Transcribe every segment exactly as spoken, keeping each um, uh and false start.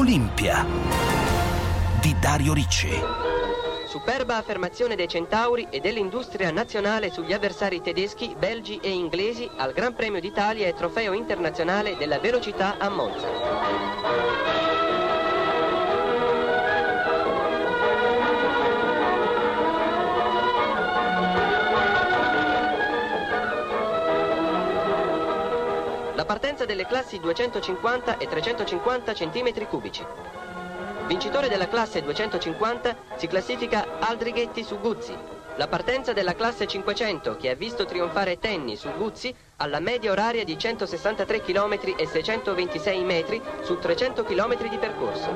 Olimpia di Dario Ricci. Superba affermazione dei Centauri e dell'industria nazionale sugli avversari tedeschi, belgi e inglesi al Gran Premio d'Italia e Trofeo internazionale della velocità a Monza. La partenza delle classi duecentocinquanta e trecentocinquanta centimetri cubici. Vincitore della classe duecentocinquanta si classifica Aldrighetti su Guzzi. La partenza della classe cinquecento, che ha visto trionfare Tenni su Guzzi, alla media oraria di centosessantatré chilometri e seicentoventisei metri su trecento chilometri di percorso.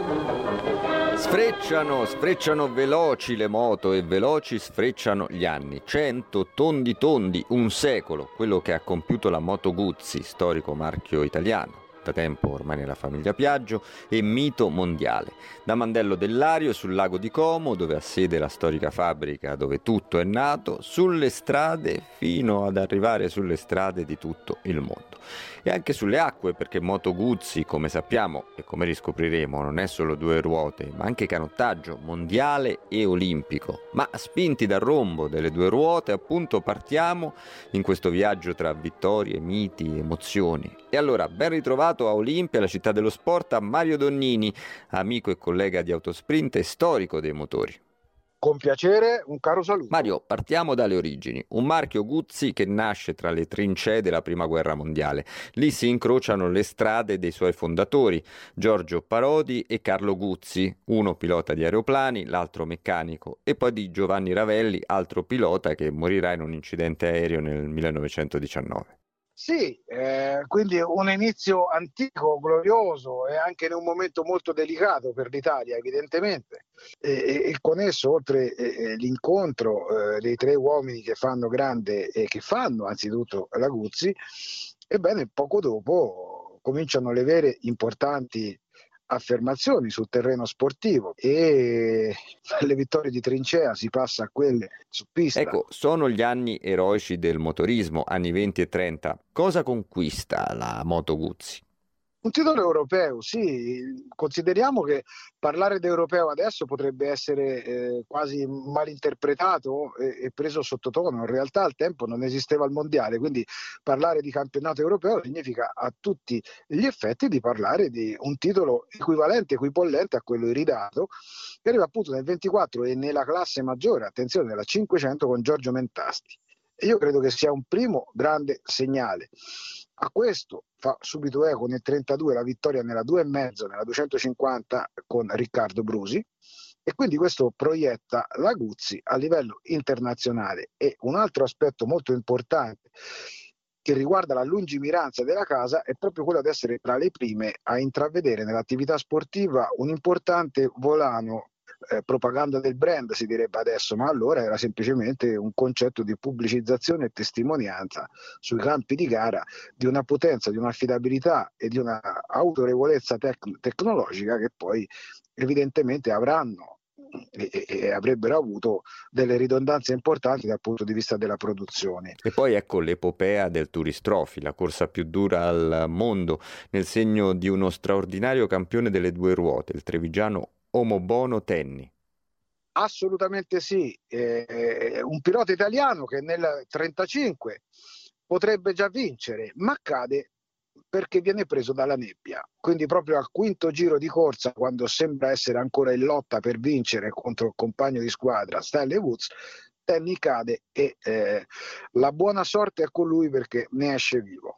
Sfrecciano, sfrecciano veloci le moto e veloci sfrecciano gli anni. Cento tondi tondi, un secolo, quello che ha compiuto la Moto Guzzi, storico marchio italiano, da tempo ormai nella famiglia Piaggio, e mito mondiale. Da Mandello del Lario, sul lago di Como, dove ha sede la storica fabbrica dove tutto è nato, sulle strade fino ad arrivare sulle strade di tutto il mondo. E anche sulle acque, perché Moto Guzzi, come sappiamo e come riscopriremo, non è solo due ruote, ma anche canottaggio mondiale e olimpico. Ma spinti dal rombo delle due ruote, appunto, partiamo in questo viaggio tra vittorie, miti, emozioni. E allora, ben ritrovato a Olimpia, la città dello sport, a Mario Donnini, amico e collega di Autosprint e storico dei motori. Con piacere, un caro saluto. Mario, partiamo dalle origini. Un marchio Guzzi che nasce tra le trincee della Prima Guerra Mondiale. Lì si incrociano le strade dei suoi fondatori, Giorgio Parodi e Carlo Guzzi, uno pilota di aeroplani, l'altro meccanico, e poi di Giovanni Ravelli, altro pilota che morirà in un incidente aereo nel millenovanocentodiciannove. Sì, eh, quindi un inizio antico, glorioso e anche in un momento molto delicato per l'Italia, evidentemente. E, e, e con esso, oltre eh, l'incontro eh, dei tre uomini che fanno grande e che fanno anzitutto la Guzzi, ebbene poco dopo cominciano le vere importanti affermazioni sul terreno sportivo e dalle vittorie di trincea si passa a quelle su pista. Ecco, sono gli anni eroici del motorismo, anni venti e trenta. Cosa conquista la Moto Guzzi? Un titolo europeo, sì. Consideriamo che parlare di europeo adesso potrebbe essere eh, quasi malinterpretato e, e preso sottotono. In realtà al tempo non esisteva il mondiale, quindi parlare di campionato europeo significa a tutti gli effetti di parlare di un titolo equivalente, equipollente a quello iridato, che arriva appunto nel ventiquattro e nella classe maggiore, attenzione, nella cinquecento con Giorgio Mentasti. E io credo che sia un primo grande segnale. A questo fa subito eco nel trentadue la vittoria nella due e mezzo, nella duecentocinquanta con Riccardo Brusi, e quindi questo proietta la Guzzi a livello internazionale. E un altro aspetto molto importante che riguarda la lungimiranza della casa è proprio quello di essere tra le prime a intravedere nell'attività sportiva un importante volano. Eh, propaganda del brand si direbbe adesso, ma allora era semplicemente un concetto di pubblicizzazione e testimonianza sui campi di gara di una potenza, di un'affidabilità e di una autorevolezza tec- tecnologica che poi evidentemente avranno e, e, e avrebbero avuto delle ridondanze importanti dal punto di vista della produzione. E poi ecco l'epopea del Tourist Trophy, la corsa più dura al mondo, nel segno di uno straordinario campione delle due ruote, il trevigiano Omobono Tenni. Assolutamente sì, eh, un pilota italiano che nel trentacinque potrebbe già vincere, ma cade perché viene preso dalla nebbia. Quindi proprio al quinto giro di corsa, quando sembra essere ancora in lotta per vincere contro il compagno di squadra Stanley Woods, Tenni cade e eh, la buona sorte è con lui perché ne esce vivo.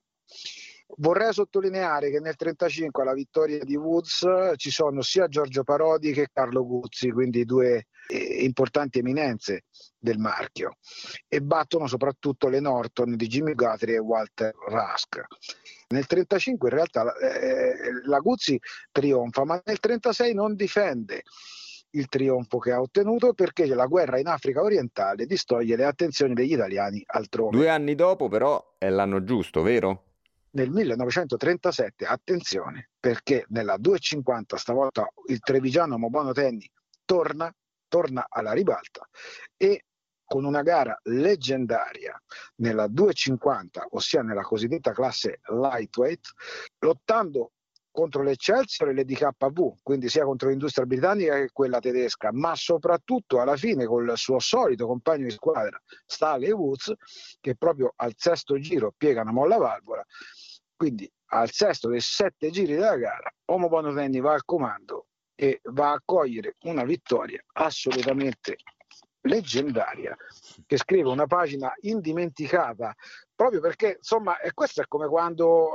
Vorrei sottolineare che nel trentacinque alla vittoria di Woods ci sono sia Giorgio Parodi che Carlo Guzzi, quindi due eh, importanti eminenze del marchio, e battono soprattutto le Norton di Jimmy Guthrie e Walter Rusk. Nel trentacinque in realtà eh, la Guzzi trionfa, ma nel trentasei non difende il trionfo che ha ottenuto perché la guerra in Africa orientale distoglie le attenzioni degli italiani altrove. Due anni dopo però è l'anno giusto, vero? Nel millenovecentotrentasette, attenzione, perché nella duecentocinquanta stavolta il trevigiano Omobono Tenni torna, torna alla ribalta e con una gara leggendaria nella duecentocinquanta, ossia nella cosiddetta classe lightweight, lottando contro l'Excelsior e l'E D K V, quindi sia contro l'industria britannica che quella tedesca, ma soprattutto alla fine col suo solito compagno di squadra, Stanley Woods, che proprio al sesto giro piega una molla valvola. Quindi al sesto dei sette giri della gara, Omo Bonotenni va al comando e va a cogliere una vittoria assolutamente leggendaria, che scrive una pagina indimenticata, proprio perché insomma e questo è come quando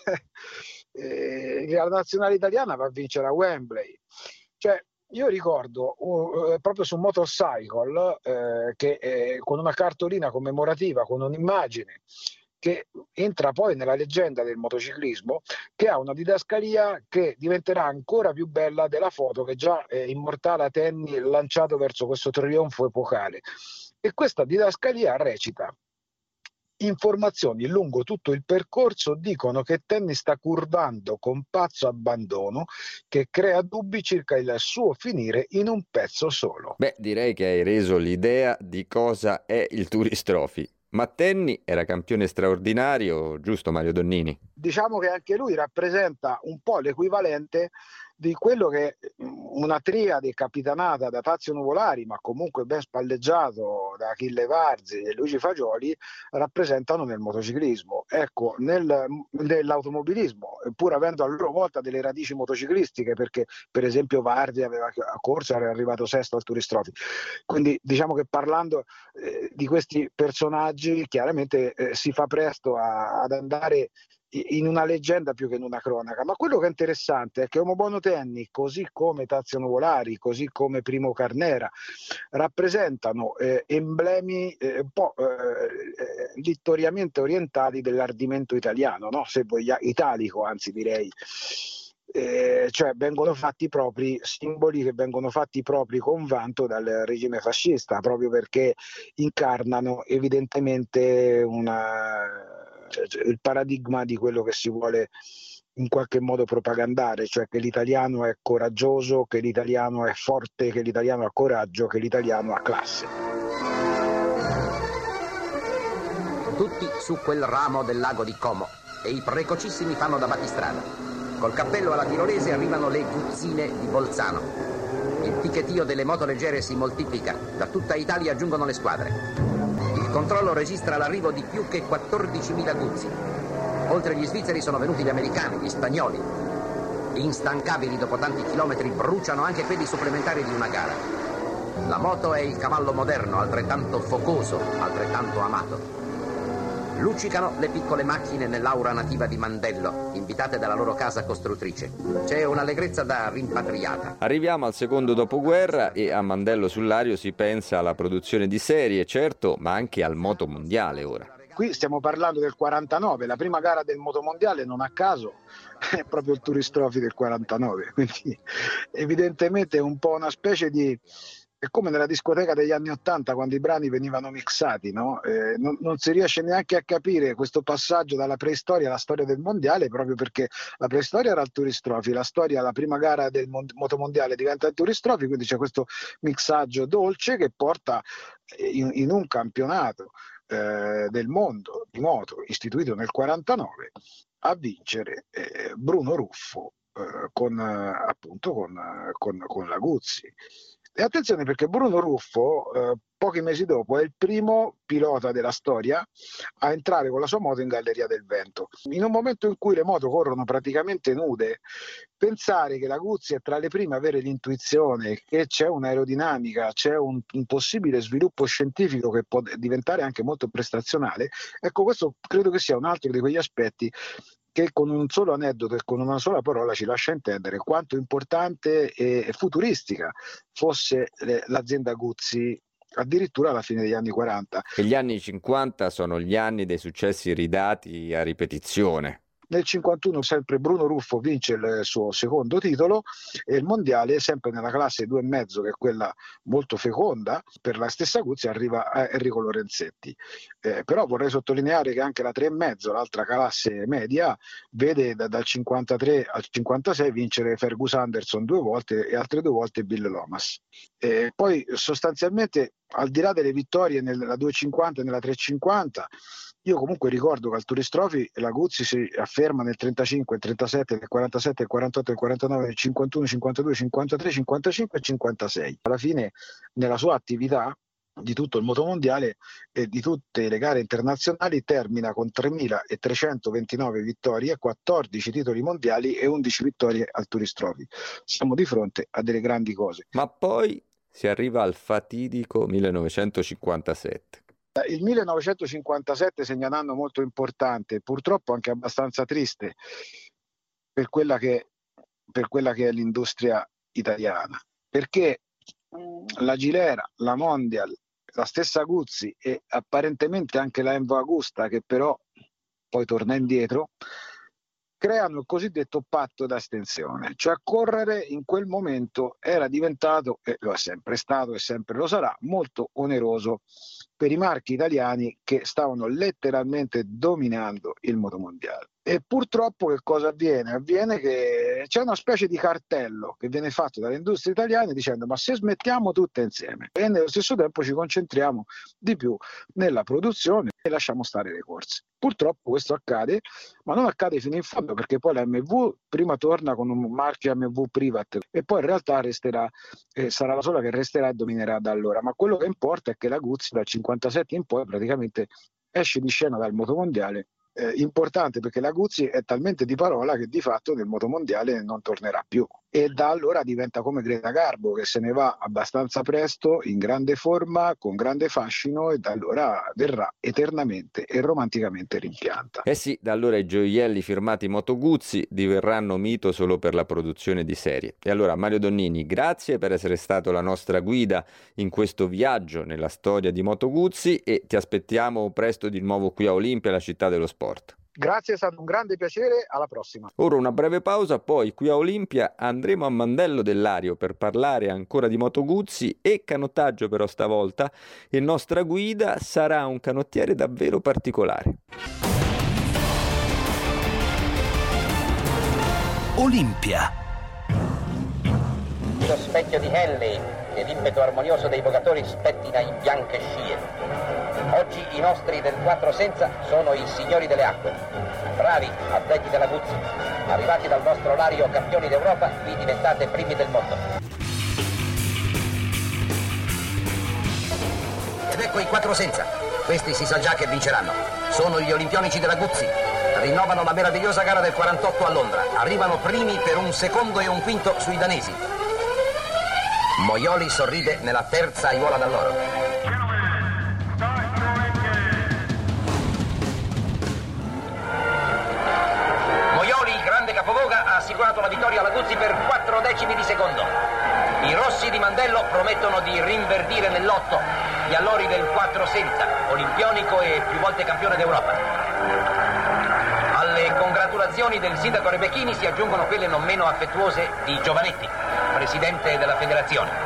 eh, la nazionale italiana va a vincere a Wembley. Cioè io ricordo uh, proprio su Motorcycle eh, che eh, con una cartolina commemorativa, con un'immagine che entra poi nella leggenda del motociclismo, che ha una didascalia che diventerà ancora più bella della foto che già eh, immortala Tenni lanciato verso questo trionfo epocale. E questa didascalia recita: informazioni lungo tutto il percorso dicono che Tenni sta curvando con pazzo abbandono che crea dubbi circa il suo finire in un pezzo solo. Beh, direi che hai reso l'idea di cosa è il Tourist Trophy. Ma Tenni era campione straordinario, giusto Mario Donnini? Diciamo che anche lui rappresenta un po' l'equivalente di quello che una triade capitanata da Tazio Nuvolari, ma comunque ben spalleggiato da Achille Varzi e Luigi Fagioli, rappresentano nel motociclismo. Ecco, nel, nell'automobilismo, pur avendo a loro volta delle radici motociclistiche, perché per esempio Varzi aveva corso, era arrivato sesto al Tourist Trophy. Quindi diciamo che parlando eh, di questi personaggi chiaramente eh, si fa presto a, ad andare in una leggenda più che in una cronaca. Ma quello che è interessante è che Omo Bonotenni, così come Tazio Nuvolari, così come Primo Carnera, rappresentano eh, emblemi eh, un po' eh, littoriamente orientali dell'ardimento italiano, no? Se voglia, italico anzi direi. Eh, cioè vengono fatti propri simboli che vengono fatti propri con vanto dal regime fascista, proprio perché incarnano evidentemente una il paradigma di quello che si vuole in qualche modo propagandare, cioè che l'italiano è coraggioso, che l'italiano è forte, che l'italiano ha coraggio, che l'italiano ha classe. Tutti su quel ramo del lago di Como e i precocissimi fanno da battistrada. Col cappello alla tirolese arrivano le guzzine di Bolzano. Il ticchettio delle moto leggere si moltiplica, da tutta Italia giungono le squadre. Il controllo registra l'arrivo di più che quattordicimila guzzi. Oltre gli svizzeri sono venuti gli americani, gli spagnoli. Instancabili dopo tanti chilometri bruciano anche quelli supplementari di una gara. La moto è il cavallo moderno, altrettanto focoso, altrettanto amato. Luccicano le piccole macchine nell'aura nativa di Mandello, invitate dalla loro casa costruttrice. C'è un'allegrezza da rimpatriata. Arriviamo al secondo dopoguerra e a Mandello sul Lario si pensa alla produzione di serie, certo, ma anche al moto mondiale ora. Qui stiamo parlando del quarantanove, la prima gara del motomondiale non a caso è proprio il Tourist Trophy del quarantanove, quindi evidentemente è un po' una specie di... è come nella discoteca degli anni Ottanta quando i brani venivano mixati, no? eh, non, non si riesce neanche a capire questo passaggio dalla preistoria alla storia del mondiale, proprio perché la preistoria era il Tourist Trophy, la storia, la prima gara del mon- motomondiale diventa il Tourist Trophy, quindi c'è questo mixaggio dolce che porta in, in un campionato eh, del mondo di moto istituito nel quarantanove a vincere eh, Bruno Ruffo eh, con eh, appunto con, con, con la Guzzi. E attenzione perché Bruno Ruffo eh, pochi mesi dopo è il primo pilota della storia a entrare con la sua moto in Galleria del Vento. In un momento in cui le moto corrono praticamente nude, pensare che la Guzzi è tra le prime a avere l'intuizione che c'è un'aerodinamica, c'è un, un possibile sviluppo scientifico che può diventare anche molto prestazionale, ecco questo credo che sia un altro di quegli aspetti che con un solo aneddoto e con una sola parola ci lascia intendere quanto importante e futuristica fosse l'azienda Guzzi addirittura alla fine degli anni quaranta. E gli anni cinquanta sono gli anni dei successi ridati a ripetizione. Nel cinquantuno sempre Bruno Ruffo vince il suo secondo titolo e il mondiale, sempre nella classe due e mezzo, che è quella molto feconda, per la stessa Guzzi arriva a Enrico Lorenzetti. Eh, però vorrei sottolineare che anche la tre e mezzo, l'altra classe media, vede da, dal cinquantatré al cinquantasei vincere Fergus Anderson due volte e altre due volte Bill Lomas. Eh, poi sostanzialmente al di là delle vittorie nella duecentocinquanta e nella trecentocinquanta, io comunque ricordo che al Tourist Trophy la Guzzi si afferma nel trentacinque, nel trentasette, nel quarantasette, nel quarantotto, nel quarantanove, nel cinquantuno, cinquantadue, cinquantatré, cinquantacinque e cinquantasei. Alla fine, nella sua attività di tutto il motomondiale e di tutte le gare internazionali, termina con tremilatrecentoventinove vittorie, quattordici titoli mondiali e undici vittorie al Tourist Trophy. Siamo di fronte a delle grandi cose. Ma poi si arriva al fatidico millenovecentocinquantasette. Il millenovecentocinquantasette segna un anno molto importante, purtroppo anche abbastanza triste per quella che, per quella che è l'industria italiana, perché la Gilera, la Mondial, la stessa Guzzi e apparentemente anche la Envo Agusta, che però poi torna indietro, creano il cosiddetto patto d'astensione, cioè correre in quel momento era diventato, e lo è sempre stato e sempre lo sarà, molto oneroso per i marchi italiani che stavano letteralmente dominando il motomondiale. E purtroppo che cosa avviene? Avviene che c'è una specie di cartello che viene fatto dalle industrie italiane dicendo: ma se smettiamo tutte insieme e nello stesso tempo ci concentriamo di più nella produzione e lasciamo stare le corse. Purtroppo questo accade, ma non accade fino in fondo, perché poi la M V prima torna con un marchio M V Privat e poi in realtà resterà, eh, sarà la sola che resterà e dominerà da allora. Ma quello che importa è che la Guzzi dal cinquantasette in poi praticamente esce di scena dal motomondiale. Eh, importante perché la Guzzi è talmente di parola che di fatto nel motomondiale non tornerà più, e da allora diventa come Greta Garbo, che se ne va abbastanza presto, in grande forma, con grande fascino, e da allora verrà eternamente e romanticamente rimpianta. Eh sì, da allora i gioielli firmati Moto Guzzi diverranno mito solo per la produzione di serie. E allora Mario Donnini, grazie per essere stato la nostra guida in questo viaggio nella storia di Moto Guzzi, e ti aspettiamo presto di nuovo qui a Olimpia, la città dello sport. Grazie, è stato un grande piacere, alla prossima. Ora una breve pausa, poi qui a Olimpia andremo a Mandello del Lario per parlare ancora di Moto Guzzi e canottaggio, però stavolta il nostra guida sarà un canottiere davvero particolare. Olimpia. Lo specchio di Henley, che l'impeto armonioso dei vogatori spettina in bianche scie. Oggi i nostri del quattro senza sono i signori delle acque, bravi atleti della Guzzi, arrivati dal vostro Lario campioni d'Europa, vi diventate primi del mondo. Ed ecco i quattro senza, questi si sa già che vinceranno, sono gli olimpionici della Guzzi, rinnovano la meravigliosa gara del quarantotto a Londra, arrivano primi per un secondo e un quinto sui danesi. Moioli sorride nella terza aiuola d'alloro. Capovoga ha assicurato la vittoria alla Guzzi per quattro decimi di secondo. I rossi di Mandello promettono di rinverdire nell'otto gli allori del quattro senza, olimpionico e più volte campione d'Europa. Alle congratulazioni del sindaco Rebecchini si aggiungono quelle non meno affettuose di Giovanetti, presidente della federazione.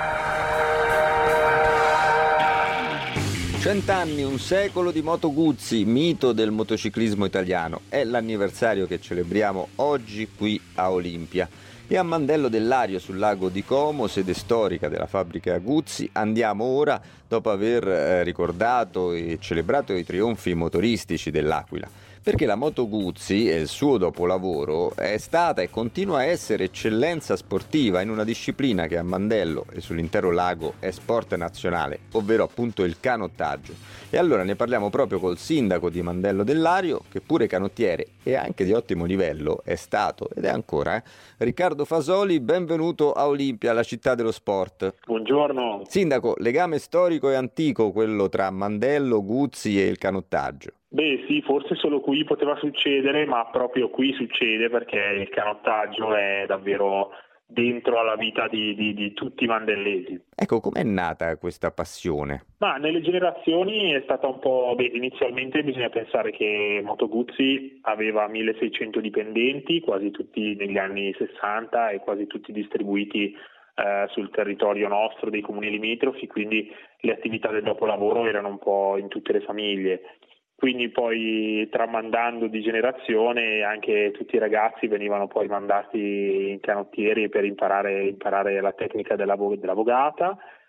Cent'anni, un secolo di Moto Guzzi, mito del motociclismo italiano. È l'anniversario che celebriamo oggi qui a Olimpia. E a Mandello del Lario, sul lago di Como, sede storica della fabbrica Guzzi, andiamo ora dopo aver eh, ricordato e celebrato i trionfi motoristici dell'Aquila. Perché la Moto Guzzi e il suo dopolavoro è stata e continua a essere eccellenza sportiva in una disciplina che a Mandello e sull'intero lago è sport nazionale, ovvero appunto il canottaggio. E allora ne parliamo proprio col sindaco di Mandello del Lario, che pure canottiere e anche di ottimo livello è stato ed è ancora, eh? Riccardo Fasoli. Benvenuto a Olimpia, la città dello sport. Buongiorno. Sindaco, legame storico e antico quello tra Mandello, Guzzi e il canottaggio. Beh sì, forse solo qui poteva succedere, ma proprio qui succede perché il canottaggio è davvero dentro alla vita di, di, di tutti i mandellesi. Ecco, com'è nata questa passione? Ma nelle generazioni è stata un po'... Beh, inizialmente bisogna pensare che Moto Guzzi aveva milleseicento dipendenti, quasi tutti negli anni sessanta e quasi tutti distribuiti eh, sul territorio nostro, dei comuni limitrofi, quindi le attività del dopolavoro erano un po' in tutte le famiglie. Quindi poi tramandando di generazione anche tutti i ragazzi venivano poi mandati in canottieri per imparare, imparare la tecnica della, della vogata,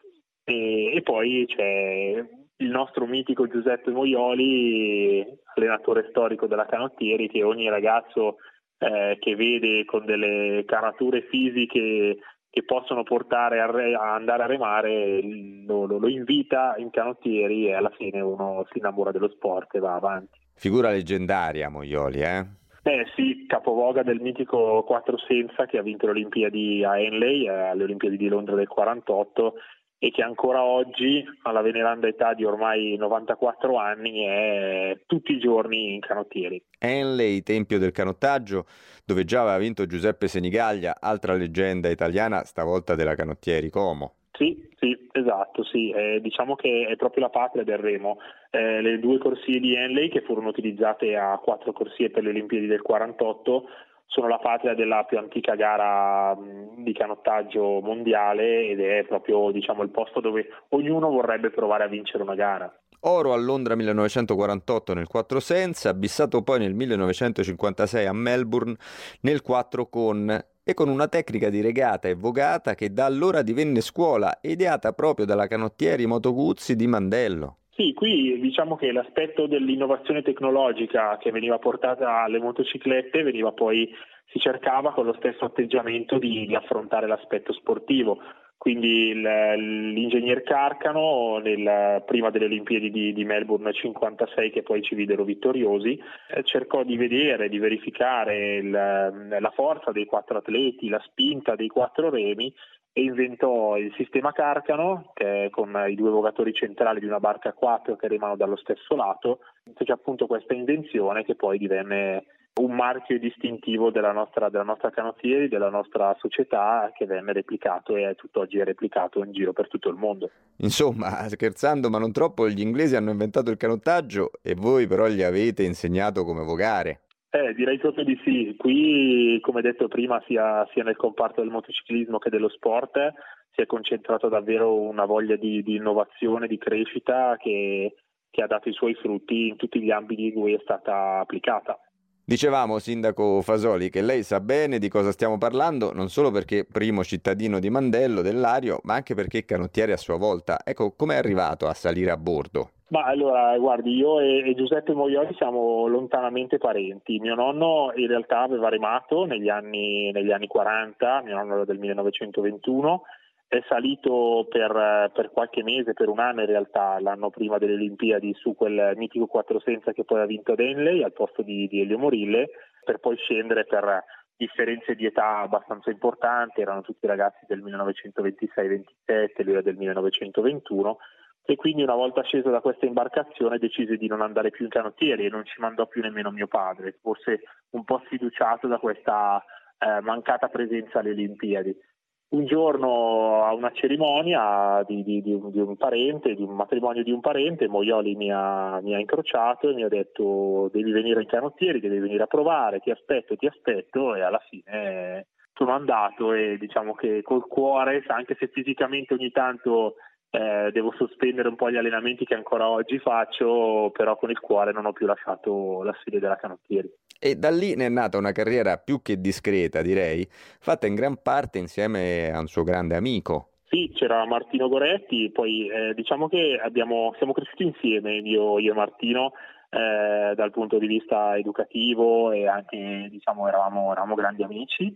e, e poi c'è il nostro mitico Giuseppe Moioli, allenatore storico della Canottieri, che ogni ragazzo eh, che vede con delle carature fisiche che possono portare a, re, a andare a remare lo, lo, lo invita in Canottieri, e alla fine uno si innamora dello sport e va avanti. Figura leggendaria Moioli, eh? Eh sì, capovoga del mitico quattro senza, che ha vinto le Olimpiadi a Henley, eh, alle Olimpiadi di Londra del quarantotto, e che ancora oggi, alla veneranda età di ormai novantaquattro anni, è tutti i giorni in Canottieri. Henley, tempio del canottaggio, dove già aveva vinto Giuseppe Senigaglia, altra leggenda italiana, stavolta della Canottieri Como. Sì, sì, esatto, sì. Eh, diciamo che è proprio la patria del remo. Eh, le due corsie di Henley, che furono utilizzate a quattro corsie per le Olimpiadi del quarantotto, sono la patria della più antica gara mh, di canottaggio mondiale, ed è proprio, diciamo, il posto dove ognuno vorrebbe provare a vincere una gara. Oro a Londra millenovecentoquarantotto nel quattro senza, bissato poi nel millenovecentocinquantasei a Melbourne nel quattro con, e con una tecnica di regata e vogata che da allora divenne scuola, ideata proprio dalla Canottieri Moto Guzzi di Mandello. Sì, qui diciamo che l'aspetto dell'innovazione tecnologica che veniva portata alle motociclette veniva poi, si cercava con lo stesso atteggiamento di, di affrontare l'aspetto sportivo. Quindi il, l'ingegner Carcano, nel, prima delle Olimpiadi di, di Melbourne cinquantasei, che poi ci videro vittoriosi, eh, cercò di vedere, di verificare il, la forza dei quattro atleti, la spinta dei quattro remi, e inventò il sistema Carcano, che è con i due vogatori centrali di una barca a quattro che remano dallo stesso lato. C'è appunto questa invenzione che poi divenne un marchio distintivo della nostra, della nostra Canottieri, della nostra società, che venne replicato e tutt'oggi è replicato in giro per tutto il mondo. Insomma, scherzando ma non troppo, gli inglesi hanno inventato il canottaggio e voi però gli avete insegnato come vogare. Eh, direi proprio di sì. Qui, come detto prima, sia, sia nel comparto del motociclismo che dello sport, si è concentrato davvero una voglia di, di innovazione, di crescita che, che ha dato i suoi frutti in tutti gli ambiti in cui è stata applicata. Dicevamo, sindaco Fasoli, che lei sa bene di cosa stiamo parlando, non solo perché primo cittadino di Mandello, del Lario, ma anche perché canottiere a sua volta. Ecco, come è arrivato a salire a bordo? Ma allora, guardi, io e, e Giuseppe Moioli siamo lontanamente parenti. Mio nonno in realtà aveva remato negli anni, negli anni quaranta, mio nonno era del millenovecentoventuno, è salito per, per qualche mese, per un anno in realtà, l'anno prima delle Olimpiadi, su quel mitico quattro senza che poi ha vinto ad Henley al posto di, di Elio Morille, per poi scendere per differenze di età abbastanza importanti. Erano tutti ragazzi del millenovecentoventisei ventisette, lui era del millenovecentoventuno, e quindi una volta sceso da questa imbarcazione decise di non andare più in canottieri e non ci mandò più nemmeno mio padre, forse un po' sfiduciato da questa eh, mancata presenza alle Olimpiadi. Un giorno a una cerimonia di, di, di, un, di un parente, di un matrimonio di un parente, Moioli mi ha, mi ha incrociato e mi ha detto: devi venire in canottieri, devi venire a provare, ti aspetto, ti aspetto, e alla fine sono andato, e diciamo che col cuore, anche se fisicamente ogni tanto eh, devo sospendere un po' gli allenamenti che ancora oggi faccio, però con il cuore non ho più lasciato la sede della canottieri. E da lì ne è nata una carriera più che discreta, direi, fatta in gran parte insieme a un suo grande amico. Sì, c'era Martino Goretti, poi eh, diciamo che abbiamo, siamo cresciuti insieme, io, io e Martino, eh, dal punto di vista educativo, e anche, diciamo, eravamo, eravamo grandi amici,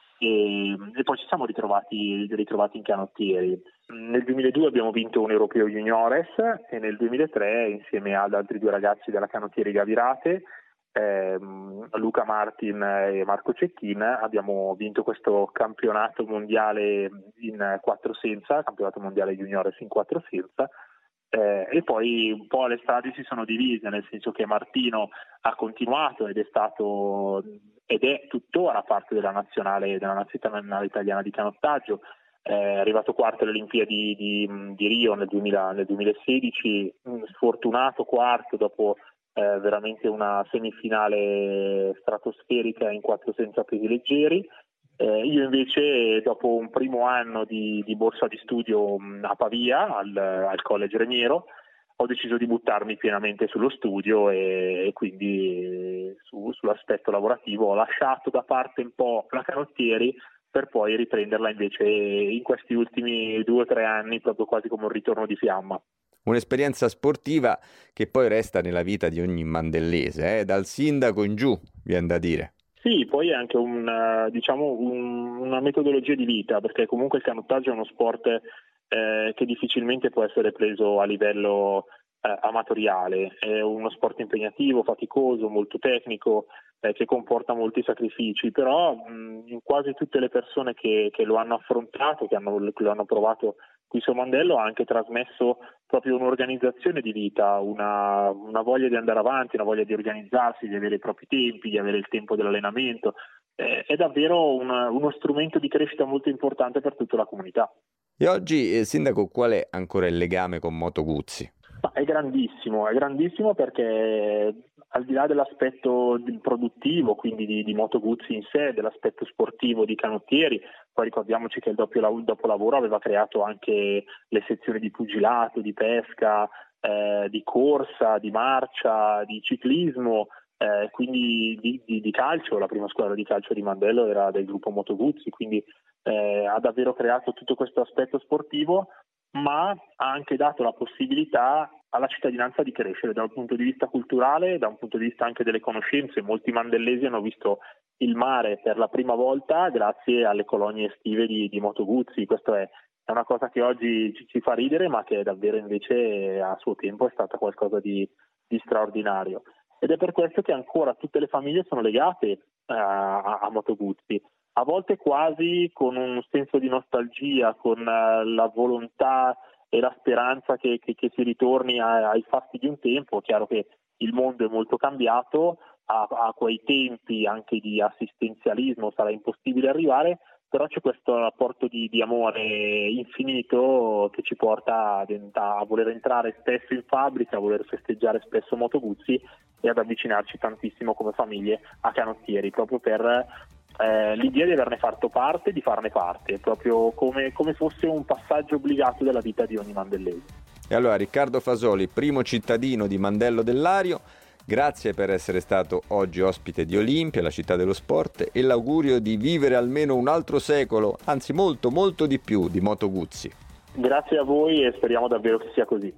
e, e poi ci siamo ritrovati, ritrovati in canottieri. Nel duemiladue abbiamo vinto un europeo juniores, e nel duemilatré, insieme ad altri due ragazzi della canottieri Gavirate, Eh, Luca Martin e Marco Cecchin, abbiamo vinto questo campionato mondiale in quattro senza, campionato mondiale juniores in quattro senza, eh, e poi un po' le strade si sono divise, nel senso che Martino ha continuato ed è stato ed è tuttora parte della nazionale, della nazionale italiana di canottaggio. È arrivato quarto alle Olimpiadi di, di, di Rio nel, duemila, nel duemilasedici, sfortunato quarto dopo Eh, veramente una semifinale stratosferica in quattro senza pesi leggeri. Eh, io invece, dopo un primo anno di, di borsa di studio mh, a Pavia, al, al College Reniero, ho deciso di buttarmi pienamente sullo studio, e, e quindi su, sull'aspetto lavorativo ho lasciato da parte un po' la canottieri per poi riprenderla invece in questi ultimi due o tre anni proprio quasi come un ritorno di fiamma. Un'esperienza sportiva che poi resta nella vita di ogni mandellese, eh? Dal sindaco in giù, viene da dire. Sì, poi è anche un, diciamo, un, una metodologia di vita, perché comunque il canottaggio è uno sport eh, che difficilmente può essere preso a livello eh, amatoriale. È uno sport impegnativo, faticoso, molto tecnico, eh, che comporta molti sacrifici, però mh, in quasi tutte le persone che, che lo hanno affrontato, che, hanno, che lo hanno provato qui su Mandello, ha anche trasmesso proprio un'organizzazione di vita, una, una voglia di andare avanti, una voglia di organizzarsi, di avere i propri tempi, di avere il tempo dell'allenamento. Eh, è davvero un, uno strumento di crescita molto importante per tutta la comunità. E oggi, eh, Sindaco, qual è ancora il legame con Moto Guzzi? Ma è grandissimo, è grandissimo perché al di là dell'aspetto produttivo, quindi di, di Moto Guzzi in sé, dell'aspetto sportivo di canottieri, poi ricordiamoci che il dopolavoro aveva creato anche le sezioni di pugilato, di pesca, eh, di corsa, di marcia, di ciclismo, eh, quindi di, di, di calcio. La prima squadra di calcio di Mandello era del gruppo Moto Guzzi, quindi eh, ha davvero creato tutto questo aspetto sportivo, ma ha anche dato la possibilità alla cittadinanza di crescere da un punto di vista culturale, da un punto di vista anche delle conoscenze. Molti mandellesi hanno visto il mare per la prima volta grazie alle colonie estive di, di Moto Guzzi. Questo è, è una cosa che oggi ci, ci fa ridere, ma che davvero invece a suo tempo è stata qualcosa di, di straordinario. Ed è per questo che ancora tutte le famiglie sono legate a, a, a Moto Guzzi, a volte quasi con un senso di nostalgia, con uh, la volontà e la speranza che, che, che si ritorni a, ai fasti di un tempo. È chiaro che il mondo è molto cambiato, a, a quei tempi anche di assistenzialismo sarà impossibile arrivare, però c'è questo rapporto di, di amore infinito che ci porta a, a voler entrare spesso in fabbrica, a voler festeggiare spesso Moto Guzzi e ad avvicinarci tantissimo come famiglie a canottieri, proprio per eh, l'idea di averne fatto parte, di farne parte, proprio come, come fosse un passaggio obbligato della vita di ogni mandellese. E allora Riccardo Fasoli, primo cittadino di Mandello del Lario, grazie per essere stato oggi ospite di Olimpia, la città dello sport, e l'augurio di vivere almeno un altro secolo, anzi molto molto di più, di Moto Guzzi. Grazie a voi e speriamo davvero che sia così.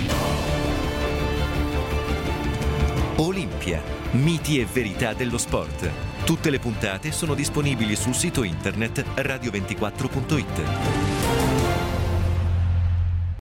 Olimpia, miti e verità dello sport. Tutte le puntate sono disponibili sul sito internet radio ventiquattro punto it.